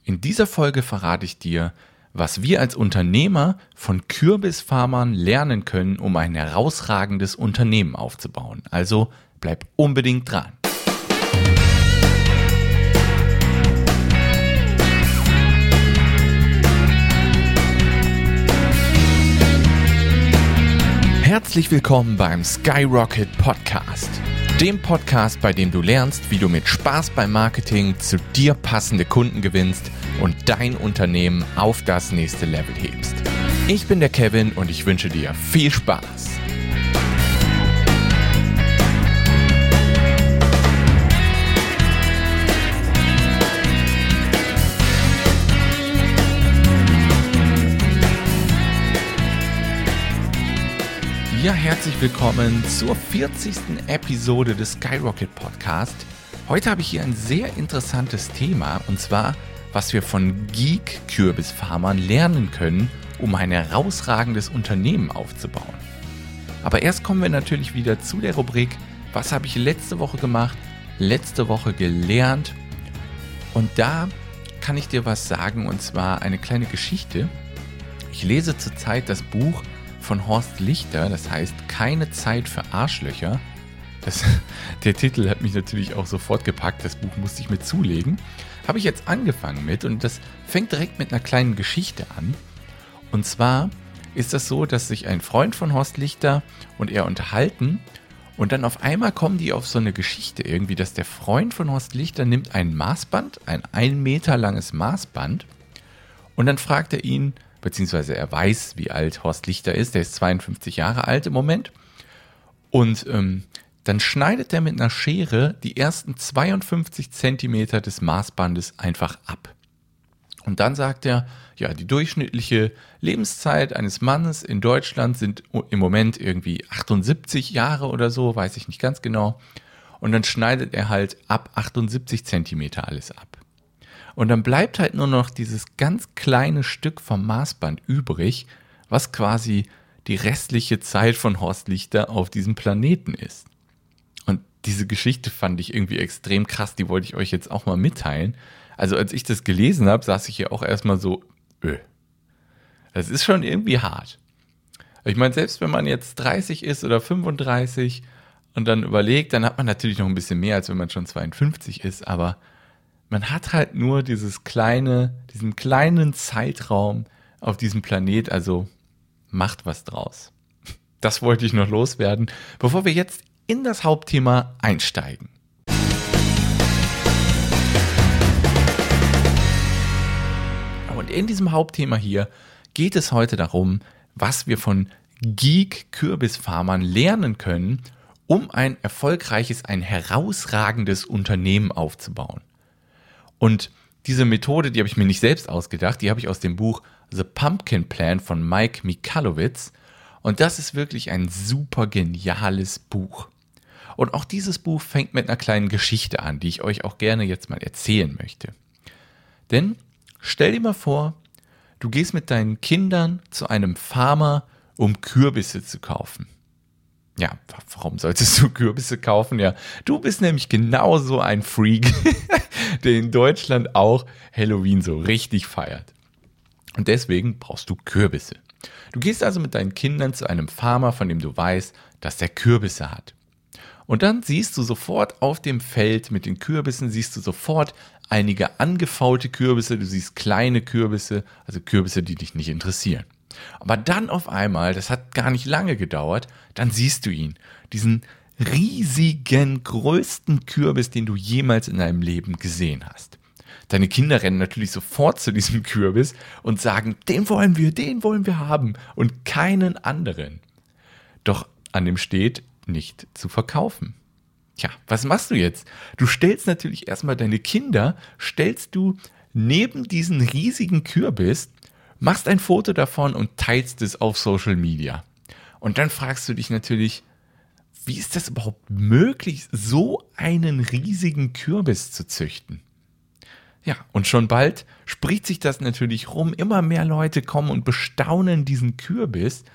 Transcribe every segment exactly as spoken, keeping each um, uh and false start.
In dieser Folge verrate ich dir, was wir als Unternehmer von Kürbisfarmern lernen können, um ein herausragendes Unternehmen aufzubauen. Also bleib unbedingt dran. Herzlich willkommen beim Skyrocket Podcast. Dem Podcast, bei dem du lernst, wie du mit Spaß beim Marketing zu dir passende Kunden gewinnst und dein Unternehmen auf das nächste Level hebst. Ich bin der Kevin und ich wünsche dir viel Spaß. Ja, herzlich willkommen zur vierzigsten Episode des Skyrocket Podcast. Heute habe ich hier ein sehr interessantes Thema, und zwar, was wir von Geek-Kürbisfarmern lernen können, um ein herausragendes Unternehmen aufzubauen. Aber erst kommen wir natürlich wieder zu der Rubrik, was habe ich letzte Woche gemacht, letzte Woche gelernt. Und da kann ich dir was sagen, und zwar eine kleine Geschichte. Ich lese zurzeit das Buch von Horst Lichter, das heißt Keine Zeit für Arschlöcher. Das, der Titel hat mich natürlich auch sofort gepackt, das Buch musste ich mir zulegen. Habe ich jetzt angefangen mit, und das fängt direkt mit einer kleinen Geschichte an. Und zwar ist das so, dass sich ein Freund von Horst Lichter und er unterhalten, und dann auf einmal kommen die auf so eine Geschichte irgendwie, dass der Freund von Horst Lichter nimmt ein Maßband, ein ein Meter langes Maßband, und dann fragt er ihn, beziehungsweise er weiß, wie alt Horst Lichter ist, der ist zweiundfünfzig Jahre alt im Moment, und ähm, dann schneidet er mit einer Schere die ersten zweiundfünfzig Zentimeter des Maßbandes einfach ab. Und dann sagt er, ja, die durchschnittliche Lebenszeit eines Mannes in Deutschland sind im Moment irgendwie achtundsiebzig Jahre oder so, weiß ich nicht ganz genau, und dann schneidet er halt ab achtundsiebzig Zentimeter alles ab. Und dann bleibt halt nur noch dieses ganz kleine Stück vom Maßband übrig, was quasi die restliche Zeit von Horst Lichter auf diesem Planeten ist. Und diese Geschichte fand ich irgendwie extrem krass, die wollte ich euch jetzt auch mal mitteilen. Also als ich das gelesen habe, saß ich hier auch erstmal so, öh, das ist schon irgendwie hart. Ich meine, selbst wenn man jetzt dreißig ist oder fünfunddreißig und dann überlegt, dann hat man natürlich noch ein bisschen mehr, als wenn man schon zweiundfünfzig ist, aber man hat halt nur dieses kleine, diesen kleinen Zeitraum auf diesem Planet, also macht was draus. Das wollte ich noch loswerden, bevor wir jetzt in das Hauptthema einsteigen. Und in diesem Hauptthema hier geht es heute darum, was wir von Geek-Kürbisfarmern lernen können, um ein erfolgreiches, ein herausragendes Unternehmen aufzubauen. Und diese Methode, die habe ich mir nicht selbst ausgedacht, die habe ich aus dem Buch The Pumpkin Plan von Mike Michalowicz. Und das ist wirklich ein super geniales Buch. Und auch dieses Buch fängt mit einer kleinen Geschichte an, die ich euch auch gerne jetzt mal erzählen möchte. Denn stell dir mal vor, du gehst mit deinen Kindern zu einem Farmer, um Kürbisse zu kaufen. Ja, warum solltest du Kürbisse kaufen? Ja, du bist nämlich genauso ein Freak, der in Deutschland auch Halloween so richtig feiert. Und deswegen brauchst du Kürbisse. Du gehst also mit deinen Kindern zu einem Farmer, von dem du weißt, dass der Kürbisse hat. Und dann siehst du sofort auf dem Feld mit den Kürbissen, siehst du sofort einige angefaulte Kürbisse, du siehst kleine Kürbisse, also Kürbisse, die dich nicht interessieren. Aber dann auf einmal, das hat gar nicht lange gedauert, dann siehst du ihn, diesen riesigen, größten Kürbis, den du jemals in deinem Leben gesehen hast. Deine Kinder rennen natürlich sofort zu diesem Kürbis und sagen, den wollen wir, den wollen wir haben und keinen anderen. Doch an dem steht, nicht zu verkaufen. Tja, was machst du jetzt? Du stellst natürlich erstmal deine Kinder, stellst du neben diesen riesigen Kürbis, machst ein Foto davon und teilst es auf Social Media. Und dann fragst du dich natürlich, wie ist das überhaupt möglich, so einen riesigen Kürbis zu züchten? Ja, und schon bald spricht sich das natürlich rum. Immer mehr Leute kommen und bestaunen diesen Kürbis.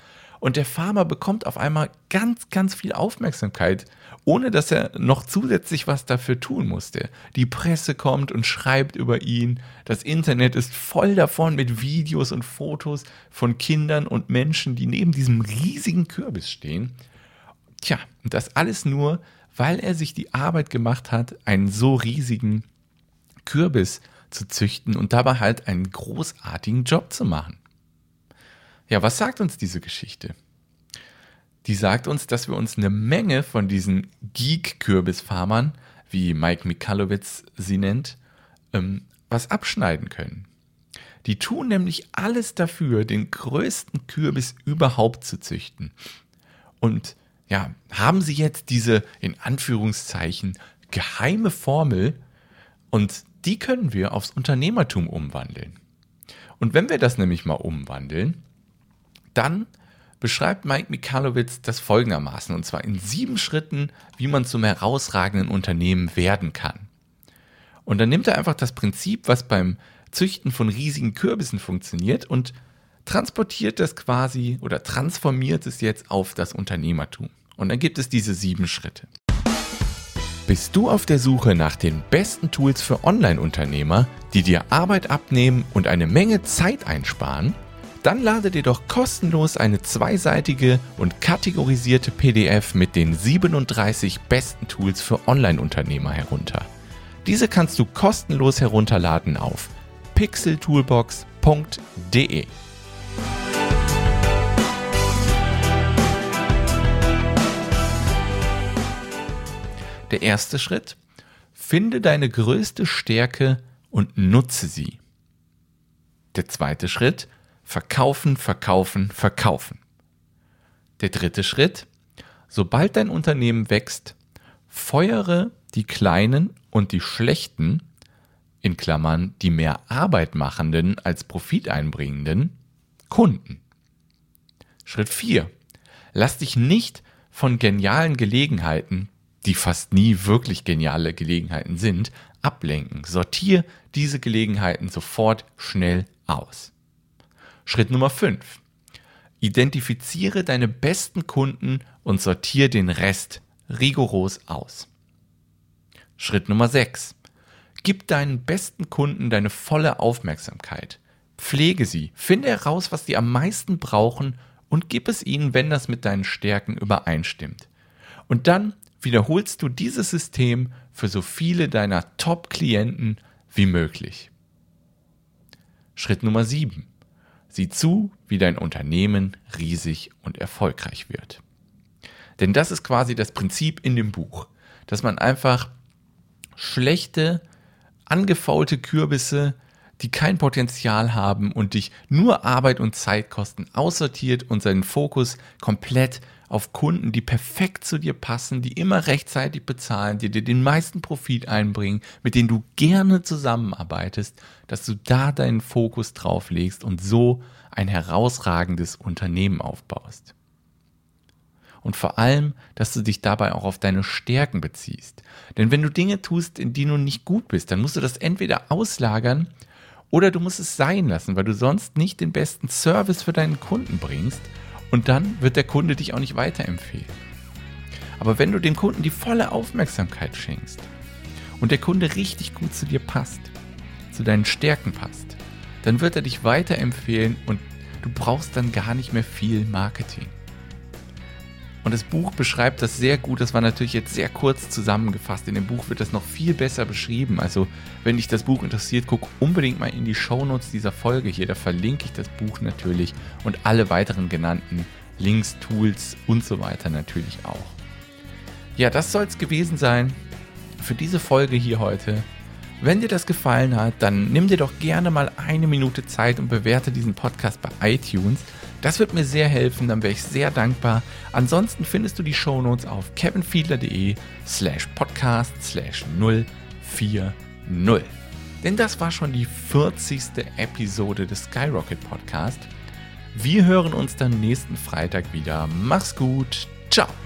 Und der Farmer bekommt auf einmal ganz, ganz viel Aufmerksamkeit, ohne dass er noch zusätzlich was dafür tun musste. Die Presse kommt und schreibt über ihn. Das Internet ist voll davon mit Videos und Fotos von Kindern und Menschen, die neben diesem riesigen Kürbis stehen. Tja, und das alles nur, weil er sich die Arbeit gemacht hat, einen so riesigen Kürbis zu züchten und dabei halt einen großartigen Job zu machen. Ja, was sagt uns diese Geschichte? Die sagt uns, dass wir uns eine Menge von diesen Geek-Kürbisfarmern, wie Mike Michalowicz sie nennt, ähm, was abschneiden können. Die tun nämlich alles dafür, den größten Kürbis überhaupt zu züchten. Und ja, haben sie jetzt diese, in Anführungszeichen, geheime Formel, und die können wir aufs Unternehmertum umwandeln. Und wenn wir das nämlich mal umwandeln, dann beschreibt Mike Michalowicz das folgendermaßen, und zwar in sieben Schritten, wie man zum herausragenden Unternehmen werden kann. Und dann nimmt er einfach das Prinzip, was beim Züchten von riesigen Kürbissen funktioniert, und transportiert das quasi oder transformiert es jetzt auf das Unternehmertum. Und dann gibt es diese sieben Schritte. Bist du auf der Suche nach den besten Tools für Online-Unternehmer, die dir Arbeit abnehmen und eine Menge Zeit einsparen? Dann lade dir doch kostenlos eine zweiseitige und kategorisierte P D F mit den siebenunddreißig besten Tools für Online-Unternehmer herunter. Diese kannst du kostenlos herunterladen auf pixeltoolbox punkt de. Der erste Schritt: Finde deine größte Stärke und nutze sie. Der zweite Schritt: Verkaufen, verkaufen, verkaufen. Der dritte Schritt: Sobald dein Unternehmen wächst, feuere die kleinen und die schlechten, in Klammern die mehr Arbeit machenden als Profit einbringenden, Kunden. Schritt vier: Lass dich nicht von genialen Gelegenheiten, die fast nie wirklich geniale Gelegenheiten sind, ablenken. Sortier diese Gelegenheiten sofort schnell aus. Schritt Nummer fünf. Identifiziere deine besten Kunden und sortiere den Rest rigoros aus. Schritt Nummer sechs. Gib deinen besten Kunden deine volle Aufmerksamkeit. Pflege sie, finde heraus, was sie am meisten brauchen, und gib es ihnen, wenn das mit deinen Stärken übereinstimmt. Und dann wiederholst du dieses System für so viele deiner Top-Klienten wie möglich. Schritt Nummer sieben. Sieh zu, wie dein Unternehmen riesig und erfolgreich wird. Denn das ist quasi das Prinzip in dem Buch, dass man einfach schlechte, angefaulte Kürbisse, die kein Potenzial haben und dich nur Arbeit und Zeit kosten, aussortiert und seinen Fokus komplett auf Kunden, die perfekt zu dir passen, die immer rechtzeitig bezahlen, die dir den meisten Profit einbringen, mit denen du gerne zusammenarbeitest, dass du da deinen Fokus drauf legst und so ein herausragendes Unternehmen aufbaust. Und vor allem, dass du dich dabei auch auf deine Stärken beziehst. Denn wenn du Dinge tust, in denen du nicht gut bist, dann musst du das entweder auslagern oder du musst es sein lassen, weil du sonst nicht den besten Service für deinen Kunden bringst. Und dann wird der Kunde dich auch nicht weiterempfehlen. Aber wenn du dem Kunden die volle Aufmerksamkeit schenkst und der Kunde richtig gut zu dir passt, zu deinen Stärken passt, dann wird er dich weiterempfehlen und du brauchst dann gar nicht mehr viel Marketing. Und das Buch beschreibt das sehr gut. Das war natürlich jetzt sehr kurz zusammengefasst. In dem Buch wird das noch viel besser beschrieben. Also wenn dich das Buch interessiert, guck unbedingt mal in die Shownotes dieser Folge hier. Da verlinke ich das Buch natürlich und alle weiteren genannten Links, Tools und so weiter natürlich auch. Ja, das soll es gewesen sein für diese Folge hier heute. Wenn dir das gefallen hat, dann nimm dir doch gerne mal eine Minute Zeit und bewerte diesen Podcast bei iTunes. Das wird mir sehr helfen, dann wäre ich sehr dankbar. Ansonsten findest du die Shownotes auf kevinfiedler.de slash podcast slash null vier null. Denn das war schon die vierzigste Episode des Skyrocket Podcast. Wir hören uns dann nächsten Freitag wieder. Mach's gut. Ciao.